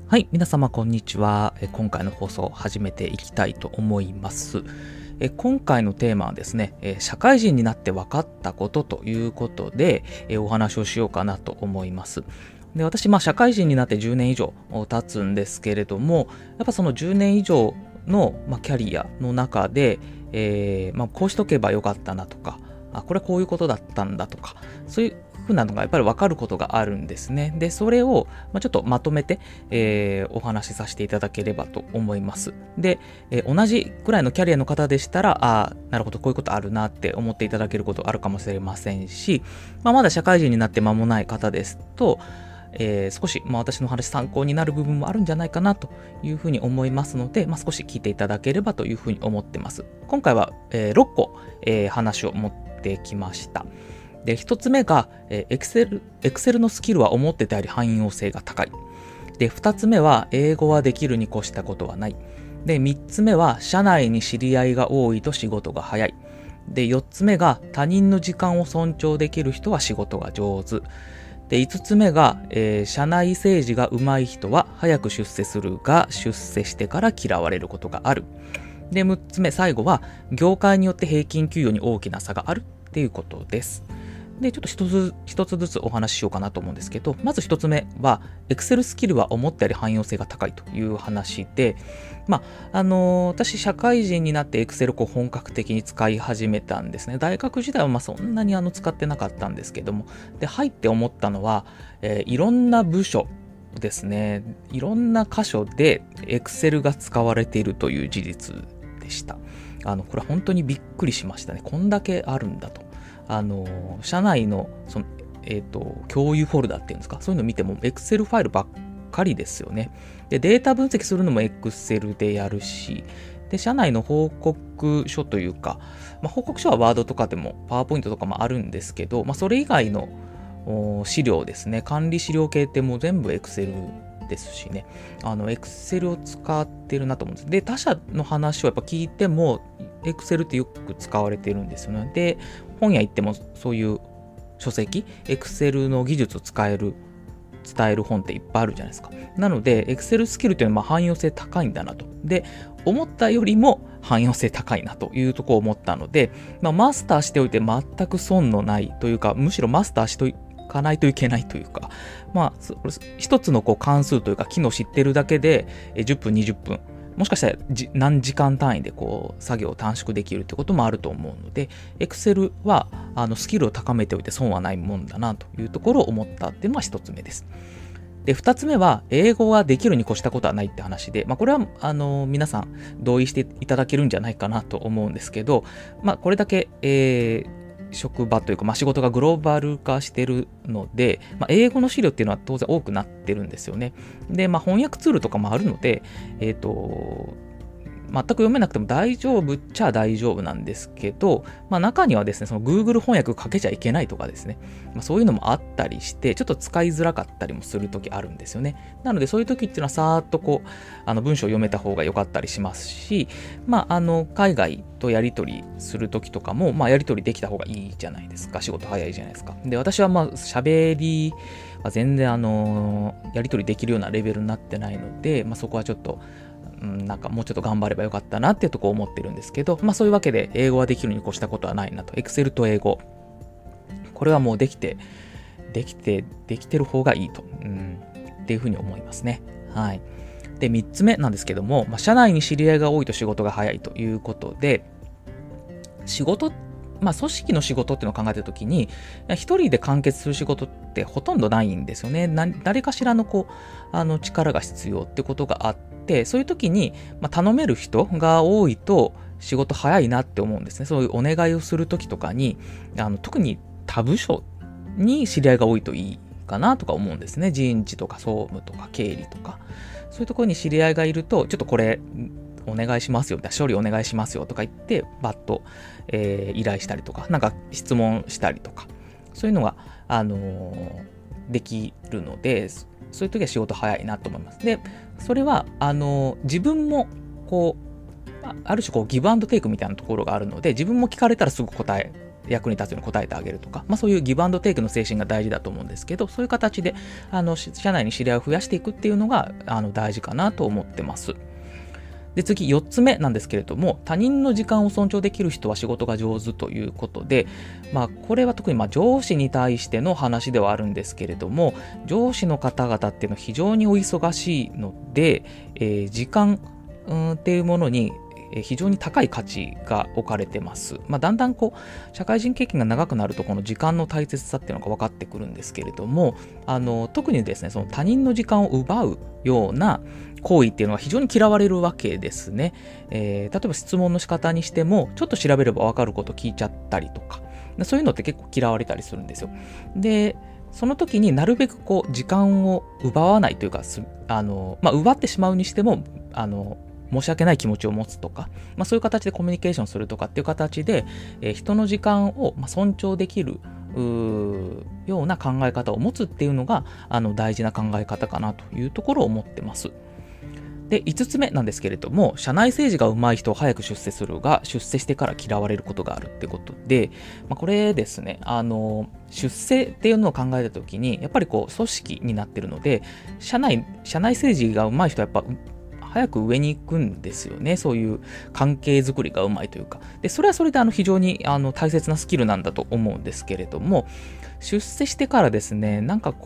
はい、皆様こんにちは。今回の放送を始めていきたいと思います。今回のテーマはですね、社会人になって分かったことということで、お話をしようかなと思います。で、私、社会人になって10年以上経つんですけれども、やっぱその10年以上の、キャリアの中で、こうしとけばよかったなとか、これはこういうことだったんだとか、そういうふうなのがやっぱり分かることがあるんですね。で、それをちょっとまとめて、お話しさせていただければと思います。で、同じくらいのキャリアの方でしたら、なるほど、こういうことあるなって思っていただけることあるかもしれませんし、まだ社会人になって間もない方ですと、少し、私の話参考になる部分もあるんじゃないかなというふうに思いますので、少し聞いていただければというふうに思ってます。今回は、6個、話を持ってきました。で、1つ目が、Excel のスキルは思ってたより汎用性が高い。で、2つ目は、英語はできるに越したことはない。で、3つ目は、社内に知り合いが多いと仕事が早い。で、4つ目が、他人の時間を尊重できる人は仕事が上手。で、5つ目が、社内政治が上手い人は早く出世するが、出世してから嫌われることがある。で、6つ目、最後は、業界によって平均給与に大きな差があるっていうことです。で、ちょっと一つずつお話ししようかなと思うんですけど、まず一つ目は、Excel スキルは思ったより汎用性が高いという話で、私、社会人になって Excel を本格的に使い始めたんですね。大学時代はそんなに使ってなかったんですけども、で、入って思ったのは、いろんな部署ですね、いろんな箇所で Excel が使われているという事実でした。これ本当にびっくりしましたね。こんだけあるんだと。社内の共有フォルダっていうんですか、そういうのを見ても Excel ファイルばっかりですよね。で、データ分析するのも Excel でやるし、で、社内の報告書というか、報告書は Word とかでも PowerPoint とかもあるんですけど、それ以外の資料ですね、管理資料系ってもう全部 Excel ですしね、Excel を使ってるなと思うんです。で、他社の話をやっぱ聞いても、Excel ってよく使われてるんですよね。で、本屋行ってもそういう書籍、Excel の技術を伝える本っていっぱいあるじゃないですか。なので、Excel スキルっていうのは汎用性高いんだなと。で、思ったよりも汎用性高いなというところを思ったので、マスターしておいて全く損のないというか、むしろマスターしていかないといけないというか、一つの関数というか機能を知ってるだけで10分、20分、もしかしたら何時間単位で作業を短縮できるってこともあると思うので、Excel はスキルを高めておいて損はないもんだなというところを思ったっていうのは一つ目です。で、二つ目は、英語はできるに越したことはないって話で、これは皆さん同意していただけるんじゃないかなと思うんですけど、これだけ、職場というか、仕事がグローバル化してるので、英語の資料っていうのは当然多くなってるんですよね。で、翻訳ツールとかもあるので、全く読めなくても大丈夫っちゃ大丈夫なんですけど、中にはですね、その Google 翻訳かけちゃいけないとかですね、そういうのもあったりして、ちょっと使いづらかったりもするときあるんですよね。なので、そういうときっていうのはさーっと文章を読めた方が良かったりしますし、海外とやり取りするときとかも、やり取りできた方がいいじゃないですか。仕事早いじゃないですか。で、私は喋りは全然やり取りできるようなレベルになってないので、そこはちょっと、もうちょっと頑張ればよかったなっていうところを思ってるんですけど、そういうわけで英語はできるに越したことはないなと。Excel と英語。これはもうできてる方がいいと。っていうふうに思いますね。はい。で、3つ目なんですけども、社内に知り合いが多いと仕事が早いということで、組織の仕事っていうのを考えたときに、一人で完結する仕事ってほとんどないんですよね。誰かしらの力が必要ってことがあって、そういう時に、頼める人が多いと仕事早いなって思うんですね。そういうお願いをする時とかに、特に他部署に知り合いが多いといいかなとか思うんですね。人事とか総務とか経理とか。そういうところに知り合いがいると、ちょっとこれ、お願いしますよ、処理お願いしますよとか言って、バッと、依頼したりとか、質問したりとか、そういうのが、できるので、そういう時は仕事早いなと思います。で、それは、自分も、ある種ギブアンドテイクみたいなところがあるので、自分も聞かれたらすぐ答え役に立つように答えてあげるとか、そういうギブアンドテイクの精神が大事だと思うんですけど、そういう形で社内に知り合いを増やしていくっていうのが大事かなと思ってます。で、次4つ目なんですけれども、他人の時間を尊重できる人は仕事が上手ということで、これは特に上司に対しての話ではあるんですけれども、上司の方々っていうのは非常にお忙しいので、時間っていうものに非常に高い価値が置かれてます。だんだん社会人経験が長くなるとこの時間の大切さっていうのが分かってくるんですけれども、特にですね、その他人の時間を奪うような行為っていうのは非常に嫌われるわけですね。例えば質問の仕方にしても、ちょっと調べれば分かること聞いちゃったりとか、そういうのって結構嫌われたりするんですよ。で、その時になるべく時間を奪わないというか、奪ってしまうにしても、申し訳ない気持ちを持つとか、そういう形でコミュニケーションするとかっていう形で、人の時間を尊重できるような考え方を持つっていうのが大事な考え方かなというところを思ってます。で、5つ目なんですけれども、社内政治が上手い人を早く出世するが、出世してから嫌われることがあるってことで、これですね、出世っていうのを考えたときに、やっぱり組織になってるので、社内政治が上手い人はやっぱ早く上に行くんですよね。そういう関係づくりがうまいというか。で、それはそれで非常に大切なスキルなんだと思うんですけれども、出世してからですね、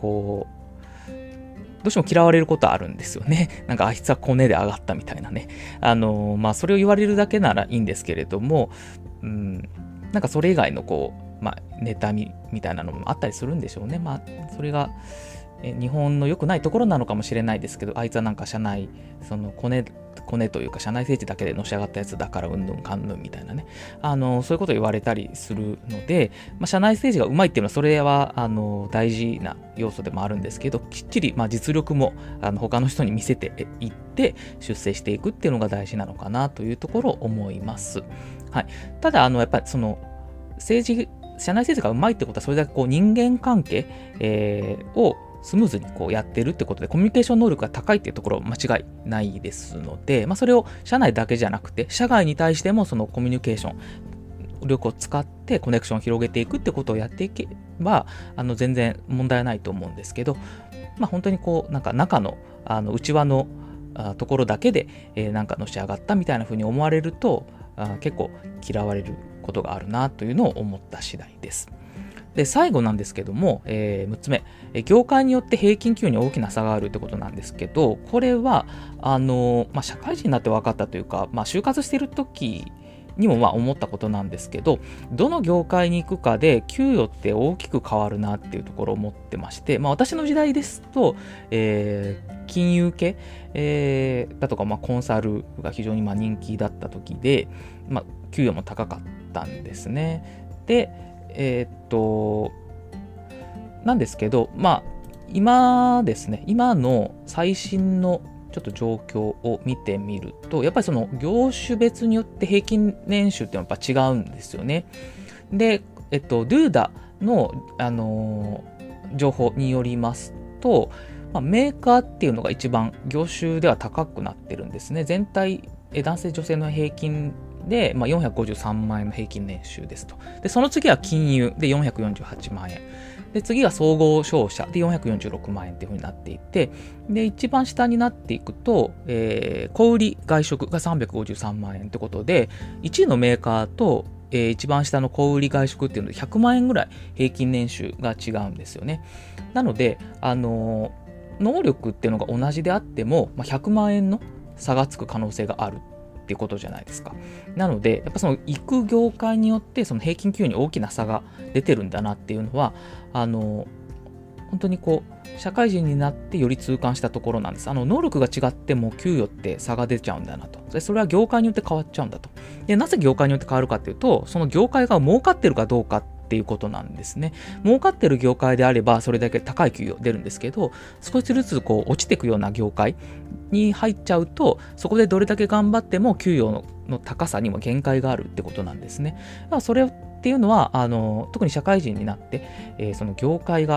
どうしても嫌われることはあるんですよね。あいつはコネで上がったみたいなね。それを言われるだけならいいんですけれども、それ以外の妬みみたいなのもあったりするんでしょうね。それが日本の良くないところなのかもしれないですけど、あいつは社内、コネというか社内政治だけでのし上がったやつだからうんぬんかんぬんみたいなね、そういうことを言われたりするので、社内政治がうまいっていうのはそれは大事な要素でもあるんですけど、きっちり実力も他の人に見せていって出世していくっていうのが大事なのかなというところを思います。はい。ただやっぱり社内政治がうまいってことはそれだけ人間関係、をスムーズにやってるってことで、コミュニケーション能力が高いっていうところは間違いないですので、それを社内だけじゃなくて、社外に対してもそのコミュニケーション力を使ってコネクションを広げていくってことをやっていけば、全然問題はないと思うんですけど、本当に中の、内輪のところだけで、のし上がったみたいな風に思われると、結構嫌われることがあるなというのを思った次第です。で、最後なんですけども、6つ目、業界によって平均給与に大きな差があるってことなんですけど、これは社会人になって分かったというか、就活している時にも思ったことなんですけど、どの業界に行くかで給与って大きく変わるなっていうところを思ってまして、私の時代ですと、金融系、だとか、コンサルが非常に人気だった時で、給与も高かったんですね。で、なんですけど、今ですね、今の最新のちょっと状況を見てみると、やっぱりその業種別によって平均年収っていうのはやっぱ違うんですよね。で、DOODA の、情報によりますと、メーカーっていうのが一番業種では高くなってるんですね。全体、男性女性の平均で、453万円の平均年収ですと。で、その次は金融で448万円。で、次が総合商社で446万円っていう風になっていて、で、一番下になっていくと、小売外食が353万円ってことで、1位のメーカーと、一番下の小売外食っていうので100万円ぐらい平均年収が違うんですよね。なので、能力っていうのが同じであっても、100万円の差がつく可能性があるっていうことじゃないですか。なので、やっぱその行く業界によってその平均給与に大きな差が出てるんだなっていうのは、本当に社会人になってより痛感したところなんです。能力が違っても給与って差が出ちゃうんだなと。で、それは業界によって変わっちゃうんだと。で、なぜ業界によって変わるかっていうと、その業界が儲かってるかどうかっていうことなんですね。儲かってる業界であればそれだけ高い給与出るんですけど、少しずつ落ちていくような業界に入っちゃうと、そこでどれだけ頑張っても給与の高さにも限界があるってことなんですね。だからそれっていうのは特に社会人になって、その業界が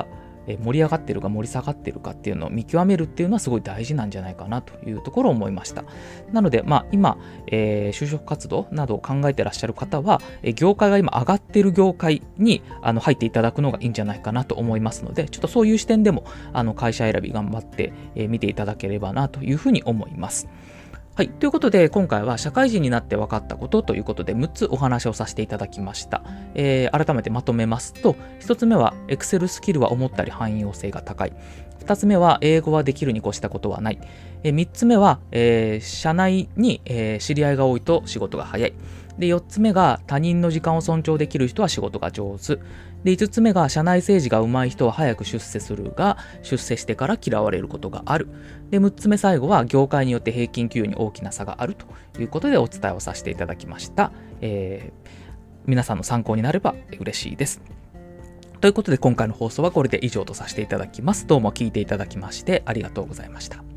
盛り上がってるか盛り下がってるかっていうのを見極めるっていうのはすごい大事なんじゃないかなというところを思いました。なので、今、就職活動などを考えてらっしゃる方は、業界が今上がってる業界に入っていただくのがいいんじゃないかなと思いますので、ちょっとそういう視点でも会社選び頑張って見ていただければなというふうに思います。はい。ということで、今回は社会人になって分かったことということで、6つお話をさせていただきました。改めてまとめますと、1つ目は、Excel スキルは思ったより汎用性が高い。2つ目は、英語はできるに越したことはない。3つ目は、社内に、知り合いが多いと仕事が早い。で、4つ目が、他人の時間を尊重できる人は仕事が上手。で、5つ目が、社内政治が上手い人は早く出世するが、出世してから嫌われることがある。で、6つ目最後は、業界によって平均給与に大きな差があるということでお伝えをさせていただきました。皆さんの参考になれば嬉しいです。ということで、今回の放送はこれで以上とさせていただきます。どうも聞いていただきましてありがとうございました。